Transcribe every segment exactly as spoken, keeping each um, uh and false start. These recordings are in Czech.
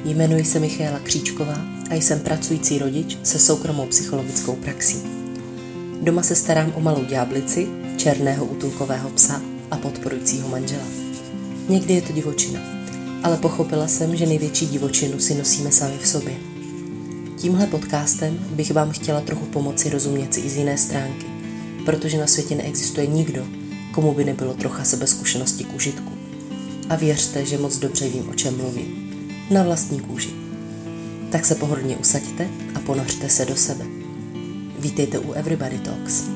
Jmenuji se Michaela Kříčková a jsem pracující rodič se soukromou psychologickou praxí. Doma se starám o malou ďáblici, černého útulkového psa a podporujícího manžela. Někdy je to divočina, ale pochopila jsem, že největší divočinu si nosíme sami v sobě. Tímhle podcastem bych vám chtěla trochu pomoci rozumět si i z jiné stránky, protože na světě neexistuje nikdo, komu by nebylo trocha sebezkušenosti k užitku. A věřte, že moc dobře vím, o čem mluvím. Na vlastní kůži. Tak se pohodlně usaďte a ponořte se do sebe. Vítejte u Everybody Talks.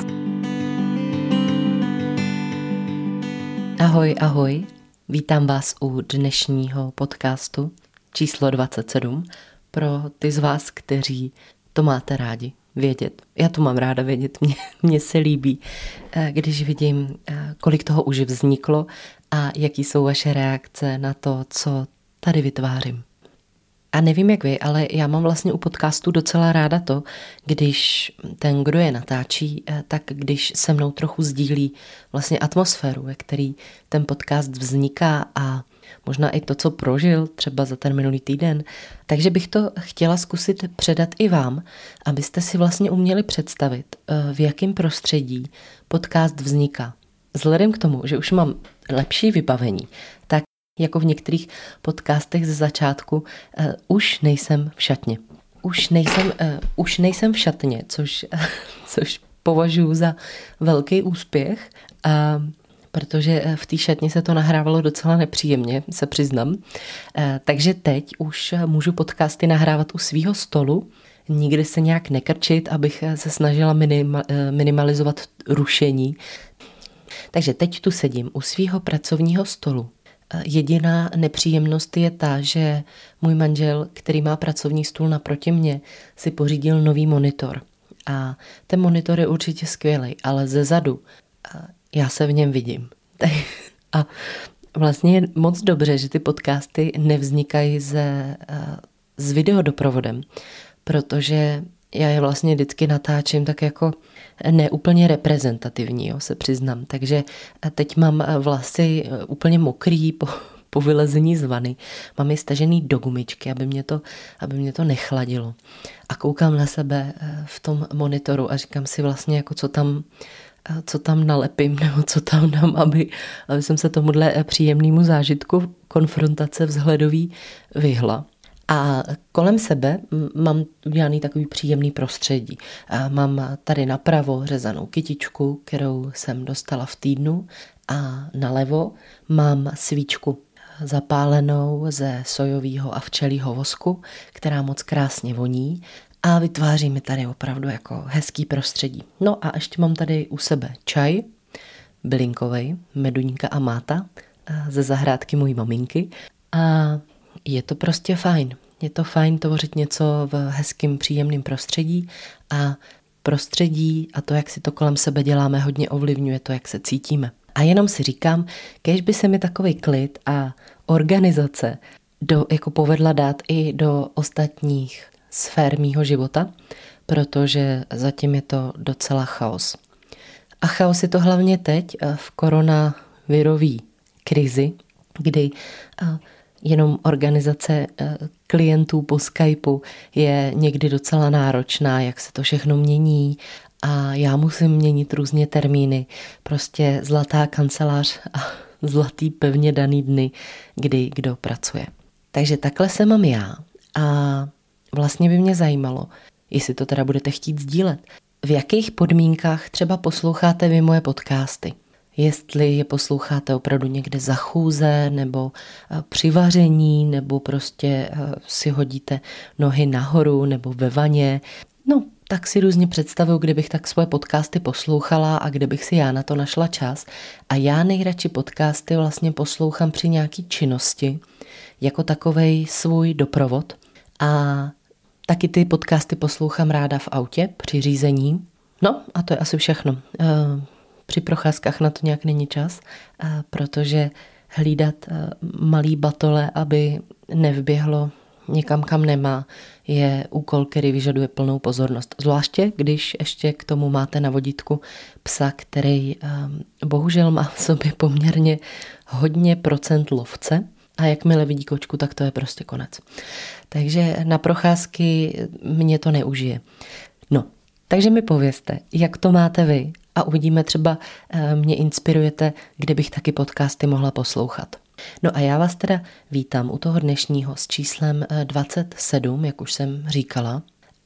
Ahoj, ahoj. Vítám vás u dnešního podcastu číslo dvacet sedm pro ty z vás, kteří to máte rádi vědět. Já to mám ráda vědět, mně, mně se líbí, když vidím, kolik toho už vzniklo a jaký jsou vaše reakce na to, co tady vytvářím. A nevím jak vy, ale já mám vlastně u podcastu docela ráda to, když ten, kdo je natáčí, tak když se mnou trochu sdílí vlastně atmosféru, ve který ten podcast vzniká a možná i to, co prožil třeba za ten minulý týden. Takže bych to chtěla zkusit předat i vám, abyste si vlastně uměli představit, v jakém prostředí podcast vzniká. Vzhledem k tomu, že už mám lepší vybavení, tak jako v některých podcastech ze začátku, uh, už nejsem v šatně. Už nejsem, uh, už nejsem v šatně, což, uh, což považuji za velký úspěch, uh, protože v té šatně se to nahrávalo docela nepříjemně, se přiznám. Uh, takže teď už můžu podcasty nahrávat u svýho stolu, nikdy se nějak nekrčit, abych se snažila minima, uh, minimalizovat rušení. Takže teď tu sedím u svýho pracovního stolu. Jediná nepříjemnost je ta, že můj manžel, který má pracovní stůl naproti mě, si pořídil nový monitor. A ten monitor je určitě skvělej, ale ze zadu já se v něm vidím. A vlastně je moc dobře, že ty podcasty nevznikají ze, s videodoprovodem, protože já je vlastně vždycky natáčím tak jako neúplně reprezentativní, jo, se přiznám. Takže teď mám vlasy úplně mokrý po, po vylezení z vany. Mám je stažený do gumičky, aby mě, to, aby mě to nechladilo. A koukám na sebe v tom monitoru a říkám si vlastně, jako co tam, co tam nalepím, nebo co tam dám, aby, aby jsem se tomuhle příjemnému zážitku konfrontace vzhledový vyhla. A kolem sebe mám udělaný takový příjemný prostředí. A mám tady napravo řezanou kytičku, kterou jsem dostala v týdnu, a nalevo mám svíčku zapálenou ze sojového a včelího vosku, která moc krásně voní a vytváří mi tady opravdu jako hezký prostředí. No a ještě mám tady u sebe čaj, bylinkovej, meduňka a máta ze zahrádky mojí maminky a je to prostě fajn. Je to fajn tvořit něco v hezkým, příjemném prostředí a prostředí a to, jak si to kolem sebe děláme, hodně ovlivňuje to, jak se cítíme. A jenom si říkám, kéž by se mi takový klid a organizace do, jako povedla dát i do ostatních sfér mýho života, protože zatím je to docela chaos. A chaos je to hlavně teď v koronavirové krizi, kdy jenom organizace klientů po Skypeu je někdy docela náročná, jak se to všechno mění a já musím měnit různě termíny. Prostě zlatá kancelář a zlatý pevně daný dny, kdy kdo pracuje. Takže takhle se mám já a vlastně by mě zajímalo, jestli to teda budete chtít sdílet. V jakých podmínkách třeba posloucháte vy moje podcasty? Jestli je posloucháte opravdu někde za chůze, nebo při vaření, nebo prostě si hodíte nohy nahoru, nebo ve vaně. No, tak si různě představuju, kdybych tak svoje podcasty poslouchala a kdybych si já na to našla čas. A já nejradši podcasty vlastně poslouchám při nějaký činnosti, jako takovej svůj doprovod. A taky ty podcasty poslouchám ráda v autě, při řízení. No, a to je asi všechno. Při procházkách na to nějak není čas, protože hlídat malý batole, aby nevběhlo někam, kam nemá, je úkol, který vyžaduje plnou pozornost. Zvláště, když ještě k tomu máte na vodítku psa, který bohužel má v sobě poměrně hodně procent lovce A jakmile vidí kočku, tak to je prostě konec. Takže na procházky mě to neužije. No, takže mi povězte, jak to máte vy a uvidíme, třeba mě inspirujete, kde bych taky podcasty mohla poslouchat. No a já vás teda vítám u toho dnešního s číslem dvacet sedm, jak už jsem říkala.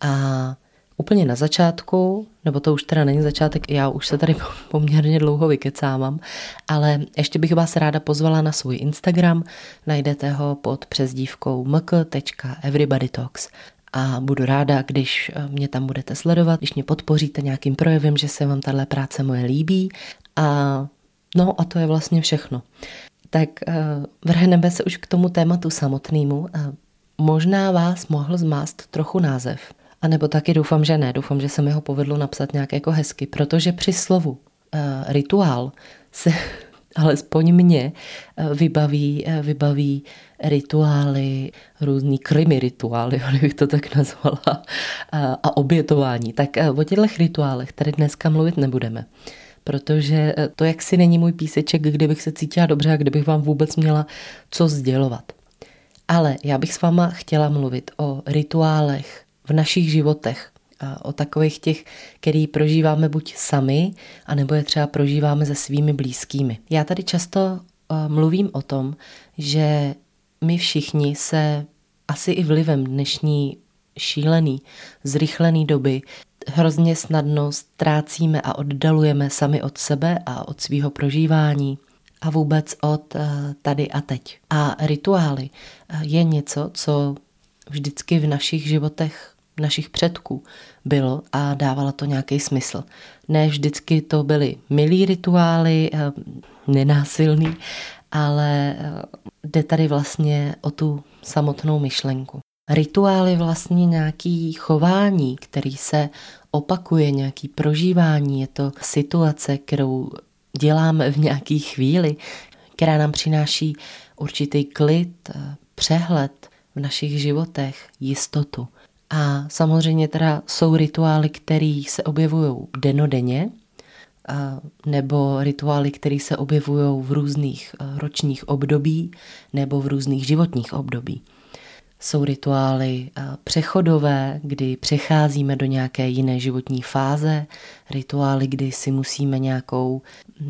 A úplně na začátku, nebo to už teda není začátek, já už se tady poměrně dlouho vykecávám, ale ještě bych vás ráda pozvala na svůj Instagram, najdete ho pod přezdívkou m k tečka everybody talks. A budu ráda, když mě tam budete sledovat, když mě podpoříte nějakým projevem, že se vám tahle práce moje líbí. A no a to je vlastně všechno. Tak vrhneme se už k tomu tématu samotnému. Možná vás mohl zmást trochu název. A nebo taky doufám, že ne. Doufám, že se mi ho povedlo napsat nějak jako hezky, protože při slovu uh, rituál se alespoň mě vybaví, vybaví rituály, různý krimi rituály, bych to tak nazvala, a, a obětování. Tak o těchto rituálech tady dneska mluvit nebudeme, protože to jaksi není můj píseček, kdybych se cítila dobře a kdybych vám vůbec měla co sdělovat. Ale já bych s váma chtěla mluvit o rituálech v našich životech, o takových těch, který prožíváme buď sami, anebo je třeba prožíváme se svými blízkými. Já tady často mluvím o tom, že my všichni se asi i vlivem dnešní šílený, zrychlený doby hrozně snadno ztrácíme a oddalujeme sami od sebe a od svého prožívání a vůbec od tady a teď. A rituály je něco, co vždycky v našich životech našich předků bylo a dávalo to nějaký smysl. Ne vždycky to byly milý rituály, nenásilný, ale jde tady vlastně o tu samotnou myšlenku. Rituál je vlastně nějaký chování, který se opakuje, nějaký prožívání, je to situace, kterou děláme v nějaký chvíli, která nám přináší určitý klid, přehled v našich životech, jistotu. A samozřejmě teda jsou rituály, které se objevují dennodenně, nebo rituály, které se objevují v různých ročních období nebo v různých životních období. Jsou rituály přechodové, kdy přecházíme do nějaké jiné životní fáze, rituály, kdy si musíme nějakou,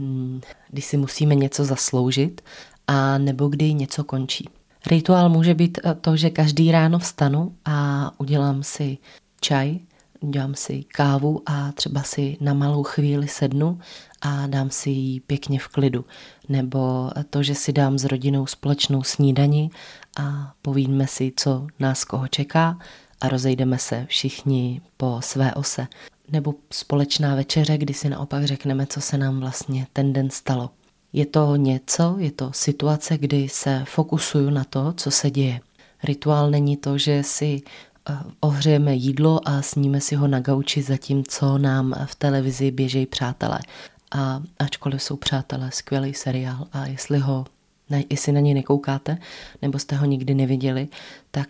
kdy si musíme něco zasloužit, a nebo kdy něco končí. Rituál může být to, že každý ráno vstanu a udělám si čaj, udělám si kávu a třeba si na malou chvíli sednu a dám si ji pěkně v klidu. Nebo to, že si dám s rodinou společnou snídani a povíme si, co nás koho čeká a rozejdeme se všichni po své ose. Nebo společná večeře, kdy si naopak řekneme, co se nám vlastně ten den stalo. Je to něco, je to situace, kdy se fokusuju na to, co se děje. Rituál není to, že si ohřejeme jídlo a sníme si ho na gauči, zatímco nám v televizi běžejí přátelé. A ačkoliv jsou přátelé, skvělý seriál, a jestli ho, ne, jestli na něj nekoukáte, nebo jste ho nikdy neviděli, tak,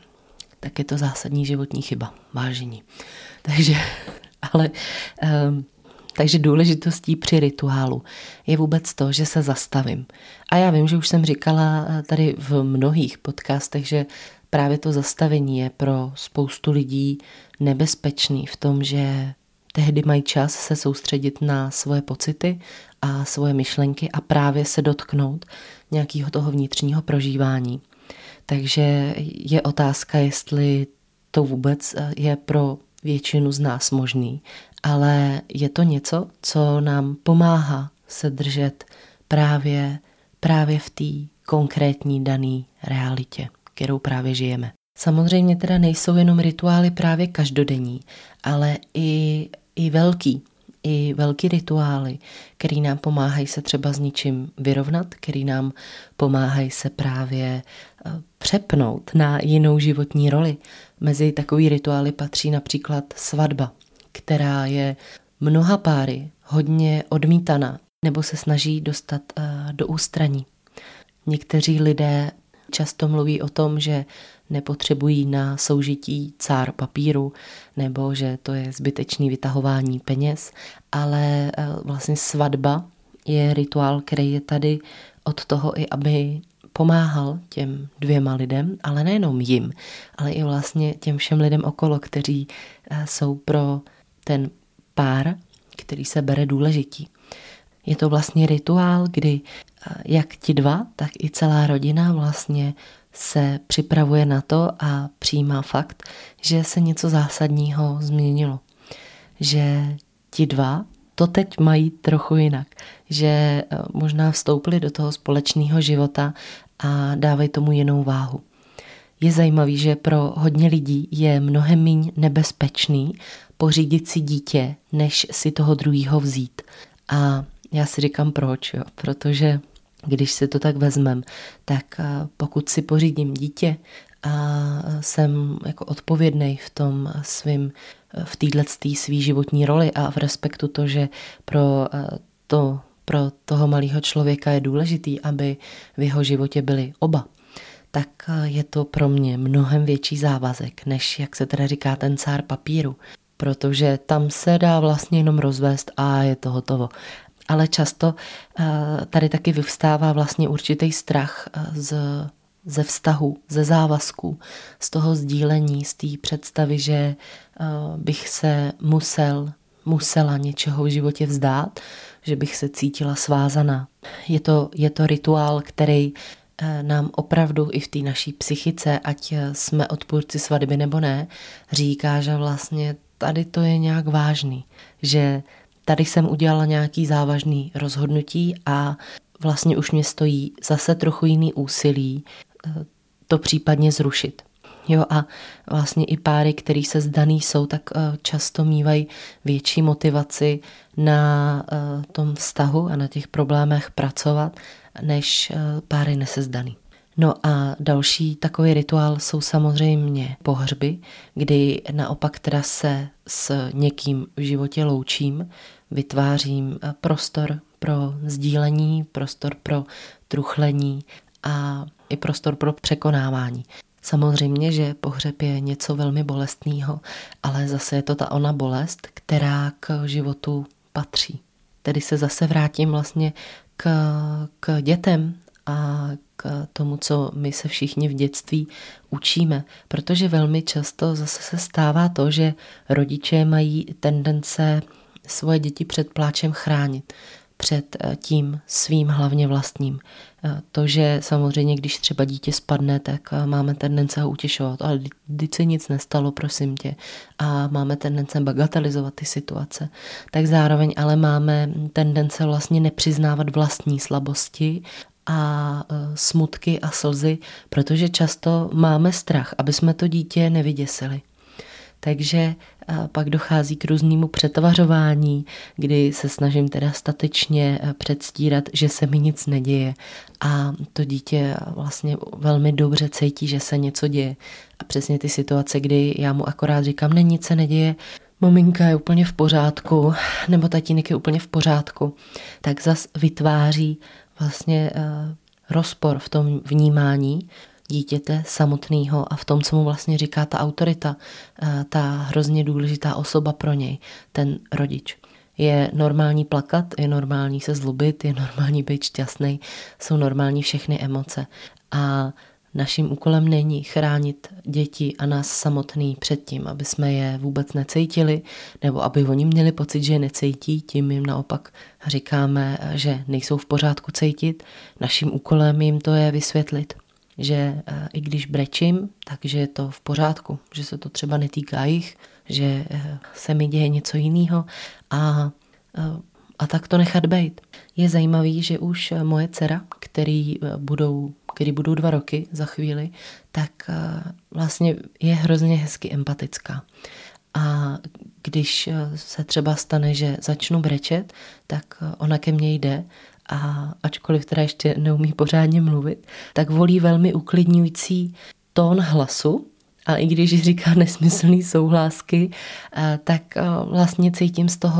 tak je to zásadní životní chyba, vážení. Takže, ale... Um, Takže důležitostí při rituálu je vůbec to, že se zastavím. A já vím, že už jsem říkala tady v mnohých podcastech, že právě to zastavení je pro spoustu lidí nebezpečný v tom, že tehdy mají čas se soustředit na svoje pocity a svoje myšlenky a právě se dotknout nějakého toho vnitřního prožívání. Takže je otázka, jestli to vůbec je pro většinu z nás možný, ale je to něco, co nám pomáhá se držet právě, právě v té konkrétní dané realitě, kterou právě žijeme. Samozřejmě teda nejsou jenom rituály právě každodenní, ale i, i velký, i velký rituály, který nám pomáhají se třeba s něčím vyrovnat, který nám pomáhají se právě přepnout na jinou životní roli. Mezi takový rituály patří například svatba, která je mnoha páry hodně odmítaná nebo se snaží dostat do ústraní. Někteří lidé často mluví o tom, že nepotřebují na soužití cár papíru nebo že to je zbytečný vytahování peněz, ale vlastně svatba je rituál, který je tady od toho i aby pomáhal těm dvěma lidem, ale nejenom jim, ale i vlastně těm všem lidem okolo, kteří jsou pro ten pár, který se bere důležitý. Je to vlastně rituál, kdy jak ti dva, tak i celá rodina vlastně se připravuje na to a přijímá fakt, že se něco zásadního změnilo. Že ti dva to teď mají trochu jinak. Že možná vstoupili do toho společného života a dávají tomu jinou váhu. Je zajímavý, že pro hodně lidí je mnohem méně nebezpečný pořídit si dítě, než si toho druhýho vzít. A já si říkám proč, jo? Protože když si to tak vezmem, tak pokud si pořídím dítě a jsem jako odpovědnej v tom svým, v této svý životní roli a v respektu to, že pro, to, pro toho malého člověka je důležitý, aby v jeho životě byli oba, tak je to pro mě mnohem větší závazek, než jak se teda říká ten cár papíru, protože tam se dá vlastně jenom rozvést a je to hotovo. Ale často tady taky vyvstává vlastně určitý strach z, ze vztahu, ze závazků, z toho sdílení, z té představy, že bych se musel, musela něčeho v životě vzdát, že bych se cítila svázaná. Je to, je to rituál, který nám opravdu i v té naší psychice, ať jsme odpůrci svatby nebo ne, říká, že vlastně tady to je nějak vážný, že tady jsem udělala nějaký závažný rozhodnutí a vlastně už mě stojí zase trochu jiný úsilí to případně zrušit. Jo, a vlastně i páry, který se zdaný jsou, tak často mívají větší motivaci na tom vztahu a na těch problémech pracovat, než páry nesezdaný. No a další takový rituál jsou samozřejmě pohřby, kdy naopak teda se s někým v životě loučím, vytvářím prostor pro sdílení, prostor pro truchlení a i prostor pro překonávání. Samozřejmě, že pohřeb je něco velmi bolestného, ale zase je to ta ona bolest, která k životu patří. Tedy se zase vrátím vlastně k, k dětem a k tomu, co my se všichni v dětství učíme, protože velmi často zase se stává to, že rodiče mají tendence svoje děti před pláčem chránit, před tím svým hlavně vlastním. To, že samozřejmě, když třeba dítě spadne, tak máme tendence ho utěšovat, ale když se nic nestalo, prosím tě, a máme tendence bagatelizovat ty situace, tak zároveň ale máme tendence vlastně nepřiznávat vlastní slabosti a smutky a slzy, protože často máme strach, aby jsme to dítě nevyděsili. Takže pak dochází k různému přetvařování, kdy se snažím teda statečně předstírat, že se mi nic neděje a to dítě vlastně velmi dobře cítí, že se něco děje. A přesně ty situace, kdy já mu akorát říkám, ne, nic se neděje, maminka je úplně v pořádku, nebo tatínek je úplně v pořádku, tak zas vytváří vlastně rozpor v tom vnímání dítěte samotného a v tom, co mu vlastně říká ta autorita, ta hrozně důležitá osoba pro něj, ten rodič. Je normální plakat, je normální se zlobit, je normální být šťastný, jsou normální všechny emoce. A naším úkolem není chránit děti a nás samotný před tím, aby jsme je vůbec necítili, nebo aby oni měli pocit, že je necítí, tím jim naopak říkáme, že nejsou v pořádku cítit. Naším úkolem jim to je vysvětlit, že i když brečím, takže je to v pořádku, že se to třeba netýká jich, že se mi děje něco jiného a, a tak to nechat bejt. Je zajímavý, že už moje dcera, který budou, který budou dva roky za chvíli, tak vlastně je hrozně hezky empatická. A když se třeba stane, že začnu brečet, tak ona ke mně jde a ačkoliv teda ještě neumí pořádně mluvit, tak volí velmi uklidňující tón hlasu a i když říká nesmyslný souhlásky, tak vlastně cítím z toho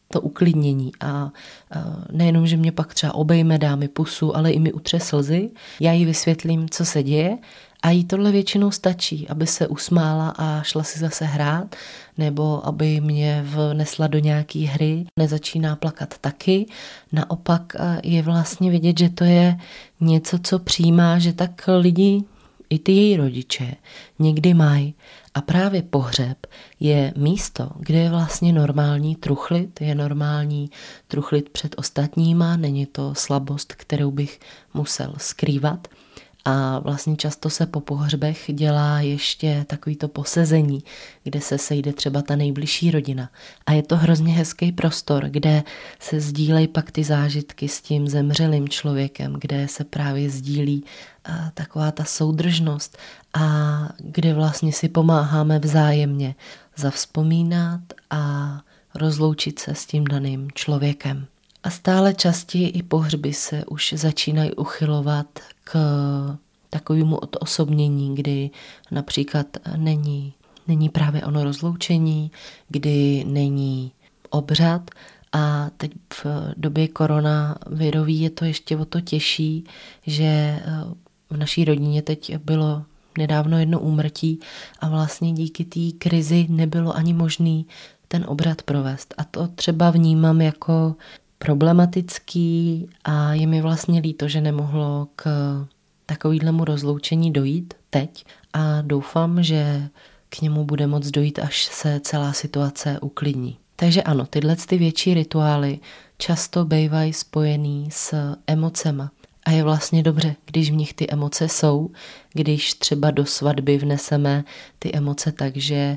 to uklidnění a nejenom, že mě pak třeba obejme, dá mi pusu, ale i mi utře slzy, já jí vysvětlím, co se děje a jí tohle většinou stačí, aby se usmála a šla si zase hrát, nebo aby mě vnesla do nějaký hry, nezačíná plakat taky. Naopak je vlastně vidět, že to je něco, co přijímá, že tak lidi, i ty její rodiče, někdy mají. A právě pohřeb je místo, kde je vlastně normální truchlit, je normální truchlit před ostatníma, není to slabost, kterou bych musel skrývat. A vlastně často se po pohřbech dělá ještě takovýto posezení, kde se sejde třeba ta nejbližší rodina. A je to hrozně hezký prostor, kde se sdílejí pak ty zážitky s tím zemřelým člověkem, kde se právě sdílí taková ta soudržnost a kde vlastně si pomáháme vzájemně zavzpomínat a rozloučit se s tím daným člověkem. A stále častěji i pohřby se už začínají uchylovat k takovému odosobnění, kdy například není, není právě ono rozloučení, kdy není obřad a teď v době koronavirový je to ještě o to těžší, že v naší rodině teď bylo nedávno jedno úmrtí a vlastně díky té krizi nebylo ani možný ten obřad provést. A to třeba vnímám jako problematický a je mi vlastně líto, že nemohlo k takovýhlemu rozloučení dojít teď a doufám, že k němu bude moc dojít, až se celá situace uklidní. Takže ano, tyhle ty větší rituály často bývají spojený s emocema. A je vlastně dobře, když v nich ty emoce jsou, když třeba do svatby vneseme ty emoce tak, že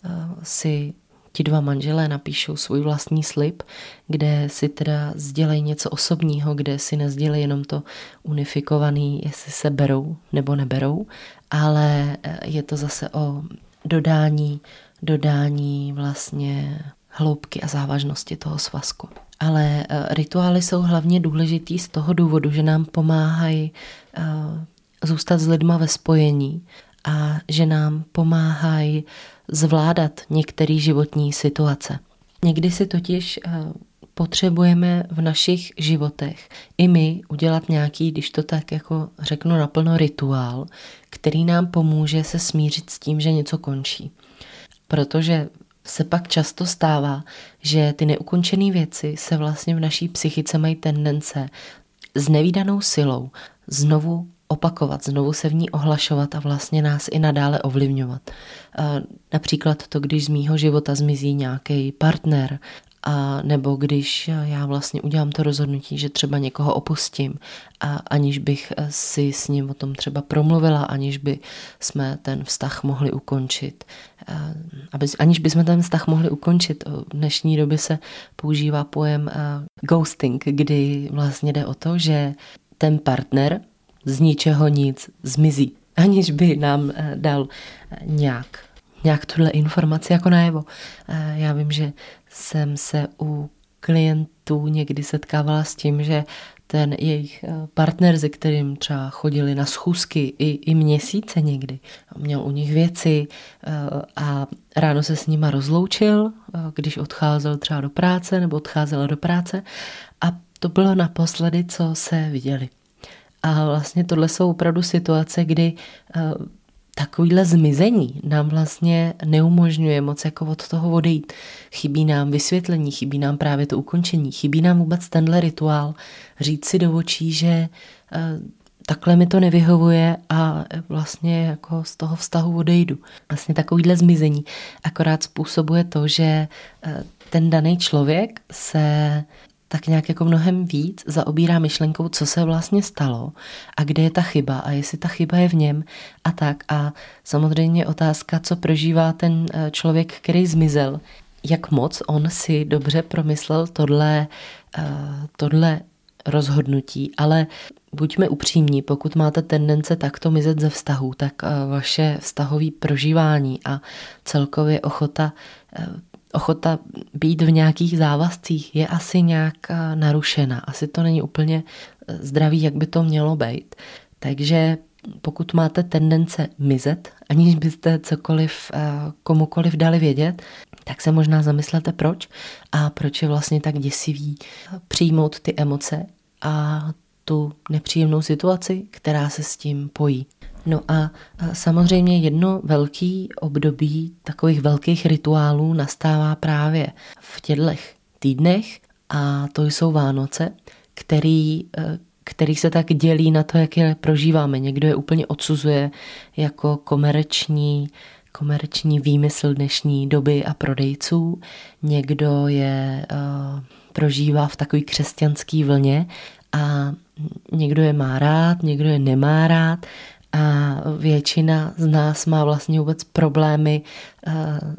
si ti dva manželé napíšou svůj vlastní slib, kde si teda sdělejí něco osobního, kde si nezdělejí jenom to unifikovaný, jestli se berou nebo neberou, ale je to zase o dodání, dodání vlastně hloubky a závažnosti toho svazku. Ale rituály jsou hlavně důležitý z toho důvodu, že nám pomáhají zůstat s lidma ve spojení a že nám pomáhají zvládat některé životní situace. Někdy si totiž potřebujeme v našich životech i my udělat nějaký, když to tak jako řeknu naplno, rituál, který nám pomůže se smířit s tím, že něco končí. Protože se pak často stává, že ty neukončené věci se vlastně v naší psychice mají tendence s nevídanou silou znovu opakovat, znovu se v ní ohlašovat a vlastně nás i nadále ovlivňovat. Například to, když z mýho života zmizí nějaký partner, a nebo když já vlastně udělám to rozhodnutí, že třeba někoho opustím, a aniž bych si s ním o tom třeba promluvila, aniž by jsme ten vztah mohli ukončit. Aby, aniž by jsme ten vztah mohli ukončit. V dnešní době se používá pojem ghosting, kdy vlastně jde o to, že ten partner z ničeho nic zmizí, aniž by nám dal nějak, nějak tuhle informaci jako najevo. Já vím, že jsem se u klientů někdy setkávala s tím, že ten jejich partner, se kterým třeba chodili na schůzky i, i měsíce někdy, měl u nich věci a ráno se s nima rozloučil, když odcházel třeba do práce nebo odcházela do práce a to bylo naposledy, co se viděli. A vlastně tohle jsou opravdu situace, kdy uh, takovýhle zmizení nám vlastně neumožňuje moc jako od toho odejít. Chybí nám vysvětlení, chybí nám právě to ukončení, chybí nám vůbec tenhle rituál, říct si do očí, že uh, takhle mi to nevyhovuje a vlastně jako z toho vztahu odejdu. Vlastně takovýhle zmizení akorát způsobuje to, že uh, ten daný člověk se tak nějak jako mnohem víc zaobírá myšlenkou, co se vlastně stalo a kde je ta chyba a jestli ta chyba je v něm a tak. A samozřejmě otázka, co prožívá ten člověk, který zmizel, jak moc on si dobře promyslel tohle, tohle rozhodnutí, ale buďme upřímní, pokud máte tendence takto mizet ze vztahu, tak vaše vztahové prožívání a celkově ochota Ochota být v nějakých závazcích je asi nějak narušena. Asi to není úplně zdravý, jak by to mělo být. Takže pokud máte tendence mizet, aniž byste cokoliv komukoliv dali vědět, tak se možná zamyslete proč a proč je vlastně tak děsivý přijmout ty emoce a tu nepříjemnou situaci, která se s tím pojí. No a samozřejmě jedno velký období takových velkých rituálů nastává právě v těchto týdnech a to jsou Vánoce, který, který se tak dělí na to, jak je prožíváme. Někdo je úplně odsuzuje jako komerční, komerční výmysl dnešní doby a prodejců. Někdo je uh, prožívá v takové křesťanské vlně a někdo je má rád, někdo je nemá rád a většina z nás má vlastně vůbec problémy uh,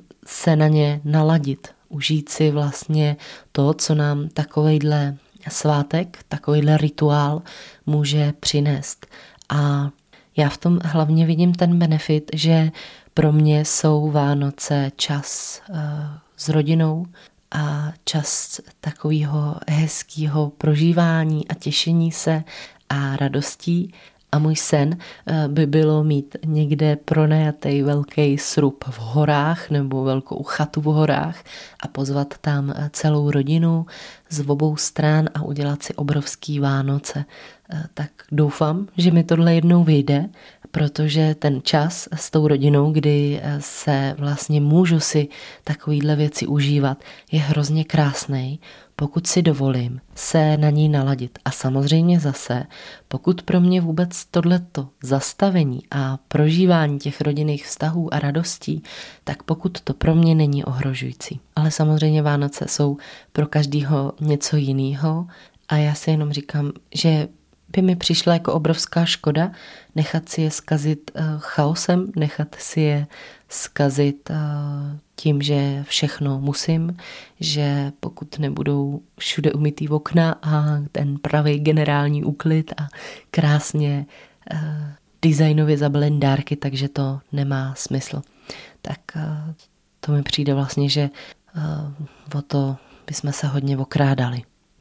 se na ně naladit. Užít si vlastně to, co nám takovejhle svátek, takovýhle rituál může přinést. A já v tom hlavně vidím ten benefit, že pro mě jsou Vánoce čas uh, s rodinou a čas takového hezkého prožívání a těšení se a radostí. A můj sen by bylo mít někde pronajatý velký srub v horách nebo velkou chatu v horách a pozvat tam celou rodinu z obou stran a udělat si obrovský Vánoce. Tak doufám, že mi tohle jednou vyjde, protože ten čas s tou rodinou, kdy se vlastně můžu si takovýhle věci užívat, je hrozně krásnej, pokud si dovolím se na ní naladit. A samozřejmě zase, pokud pro mě vůbec tohleto zastavení a prožívání těch rodinných vztahů a radostí, tak pokud to pro mě není ohrožující. Ale samozřejmě Vánoce jsou pro každýho něco jiného a já si jenom říkám, že by mi přišla jako obrovská škoda nechat si je zkazit uh, chaosem, nechat si je zkazit uh, tím, že všechno musím, že pokud nebudou všude umytý okna a ten pravý generální úklid a krásně uh, designově zabalený dárky, takže to nemá smysl. Tak uh, to mi přijde vlastně, že uh, o to bychom se hodně okrádali.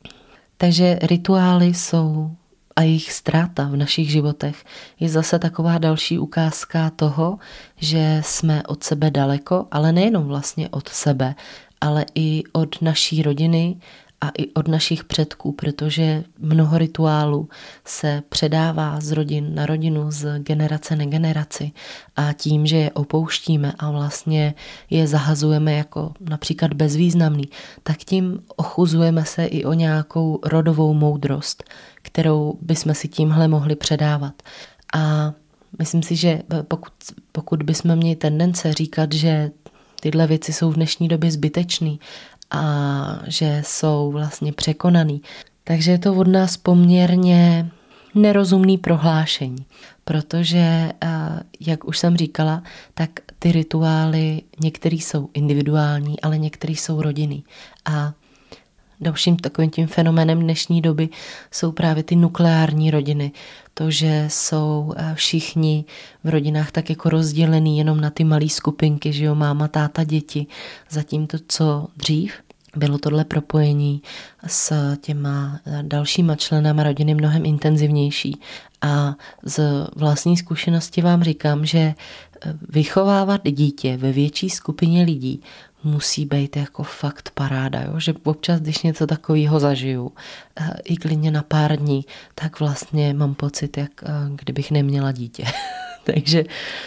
Takže rituály jsou a jejich ztráta v našich životech je zase taková další ukázka toho, že jsme od sebe daleko, ale nejenom vlastně od sebe, ale i od naší rodiny a i od našich předků, protože mnoho rituálů se předává z rodin na rodinu, z generace na generaci a tím, že je opouštíme a vlastně je zahazujeme jako například bezvýznamný, tak tím ochuzujeme se i o nějakou rodovou moudrost, kterou bychom si tímhle mohli předávat. A myslím si, že pokud, pokud bychom měli tendence říkat, že tyhle věci jsou v dnešní době zbytečný a že jsou vlastně překonaný, takže je to od nás poměrně nerozumný prohlášení, protože, jak už jsem říkala, tak ty rituály některý jsou individuální, ale některý jsou rodinný. A dalším takovým tím fenoménem dnešní doby jsou právě ty nukleární rodiny. To, že jsou všichni v rodinách tak jako rozdělený jenom na ty malé skupinky, že jo, máma, táta, děti. Zatímco co dřív bylo tohle propojení s těma dalšíma členama rodiny mnohem intenzivnější. A z vlastní zkušenosti vám říkám, že vychovávat dítě ve větší skupině lidí musí být jako fakt paráda, jo? Že občas, když něco takového zažiju, i klidně na pár dní, tak vlastně mám pocit, jak kdybych neměla dítě. Takže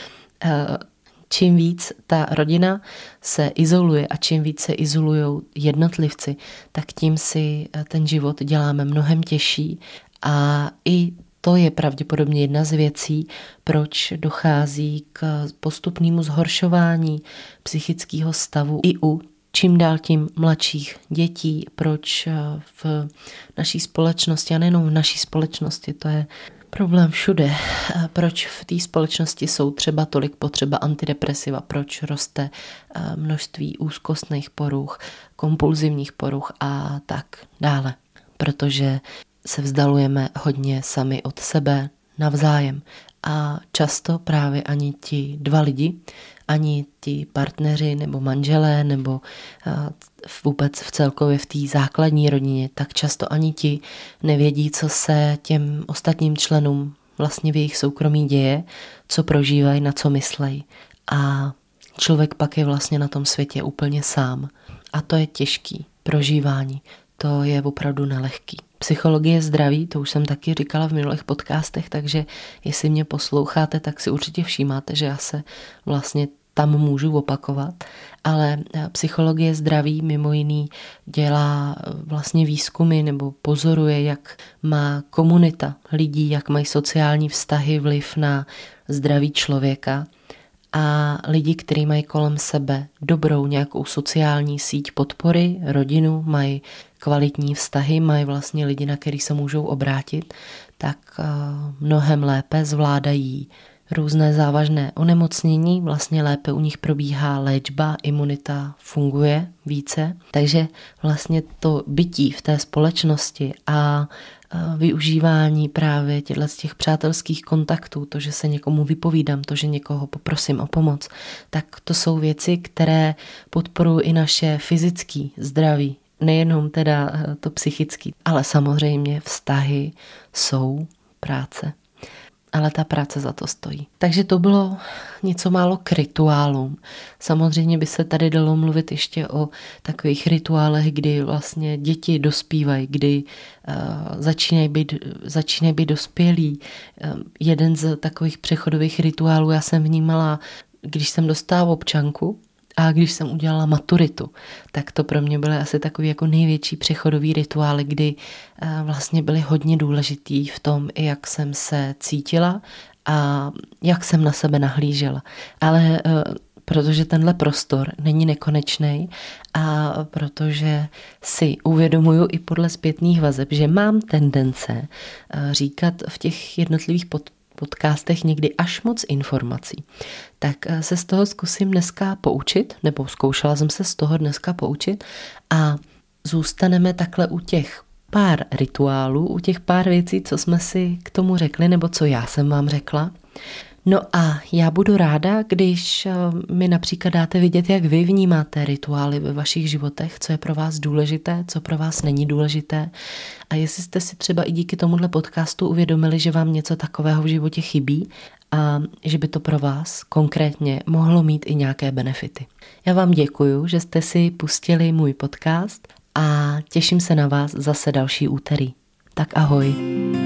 čím víc ta rodina se izoluje a čím víc se izolují jednotlivci, tak tím si ten život děláme mnohem těžší a i to je pravděpodobně jedna z věcí, proč dochází k postupnému zhoršování psychického stavu i u čím dál tím mladších dětí, proč v naší společnosti, a nejenom v naší společnosti, to je problém všude, proč v té společnosti jsou třeba tolik potřeba antidepresiva, proč roste množství úzkostných poruch, kompulzivních poruch a tak dále, protože se vzdalujeme hodně sami od sebe navzájem a často právě ani ti dva lidi, ani ti partneři nebo manželé nebo vůbec v celkově v té základní rodině, tak často ani ti nevědí, co se těm ostatním členům vlastně v jejich soukromí děje, co prožívají, na co myslejí. A člověk pak je vlastně na tom světě úplně sám. A to je těžký prožívání. To je opravdu nelehký. Psychologie zdraví, to už jsem taky říkala v minulých podcastech, takže jestli mě posloucháte, tak si určitě všímáte, že já se vlastně tam můžu opakovat, ale psychologie zdraví mimo jiný dělá vlastně výzkumy nebo pozoruje, jak má komunita lidí, jak mají sociální vztahy vliv na zdraví člověka a lidi, kteří mají kolem sebe dobrou nějakou sociální síť podpory, rodinu, mají kvalitní vztahy, mají vlastně lidi, na který se můžou obrátit, tak mnohem lépe zvládají různé závažné onemocnění, vlastně lépe u nich probíhá léčba, imunita funguje více. Takže vlastně to bytí v té společnosti a využívání právě těchto z těch přátelských kontaktů, to, že se někomu vypovídám, to, že někoho poprosím o pomoc, tak to jsou věci, které podporují i naše fyzické zdraví, nejenom teda to psychické, ale samozřejmě vztahy jsou práce. Ale ta práce za to stojí. Takže to bylo něco málo k rituálům. Samozřejmě by se tady dalo mluvit ještě o takových rituálech, kdy vlastně děti dospívají, kdy uh, začínají být, začínají být dospělí. Uh, jeden z takových přechodových rituálů já jsem vnímala, když jsem dostala občanku, a když jsem udělala maturitu, tak to pro mě byly asi takový jako největší přechodový rituály, kdy vlastně byly hodně důležitý v tom, jak jsem se cítila a jak jsem na sebe nahlížela. Ale protože tenhle prostor není nekonečný a protože si uvědomuju i podle zpětných vazeb, že mám tendence říkat v těch jednotlivých pod podcastech někdy až moc informací, tak se z toho zkusím dneska poučit, nebo zkoušela jsem se z toho dneska poučit a zůstaneme takhle u těch pár rituálů, u těch pár věcí, co jsme si k tomu řekli, nebo co já jsem vám řekla. No a já budu ráda, když mi například dáte vidět, jak vy vnímáte rituály ve vašich životech, co je pro vás důležité, co pro vás není důležité. A jestli jste si třeba i díky tomuhle podcastu uvědomili, že vám něco takového v životě chybí a že by to pro vás konkrétně mohlo mít i nějaké benefity. Já vám děkuju, že jste si pustili můj podcast a těším se na vás zase další úterý. Tak ahoj.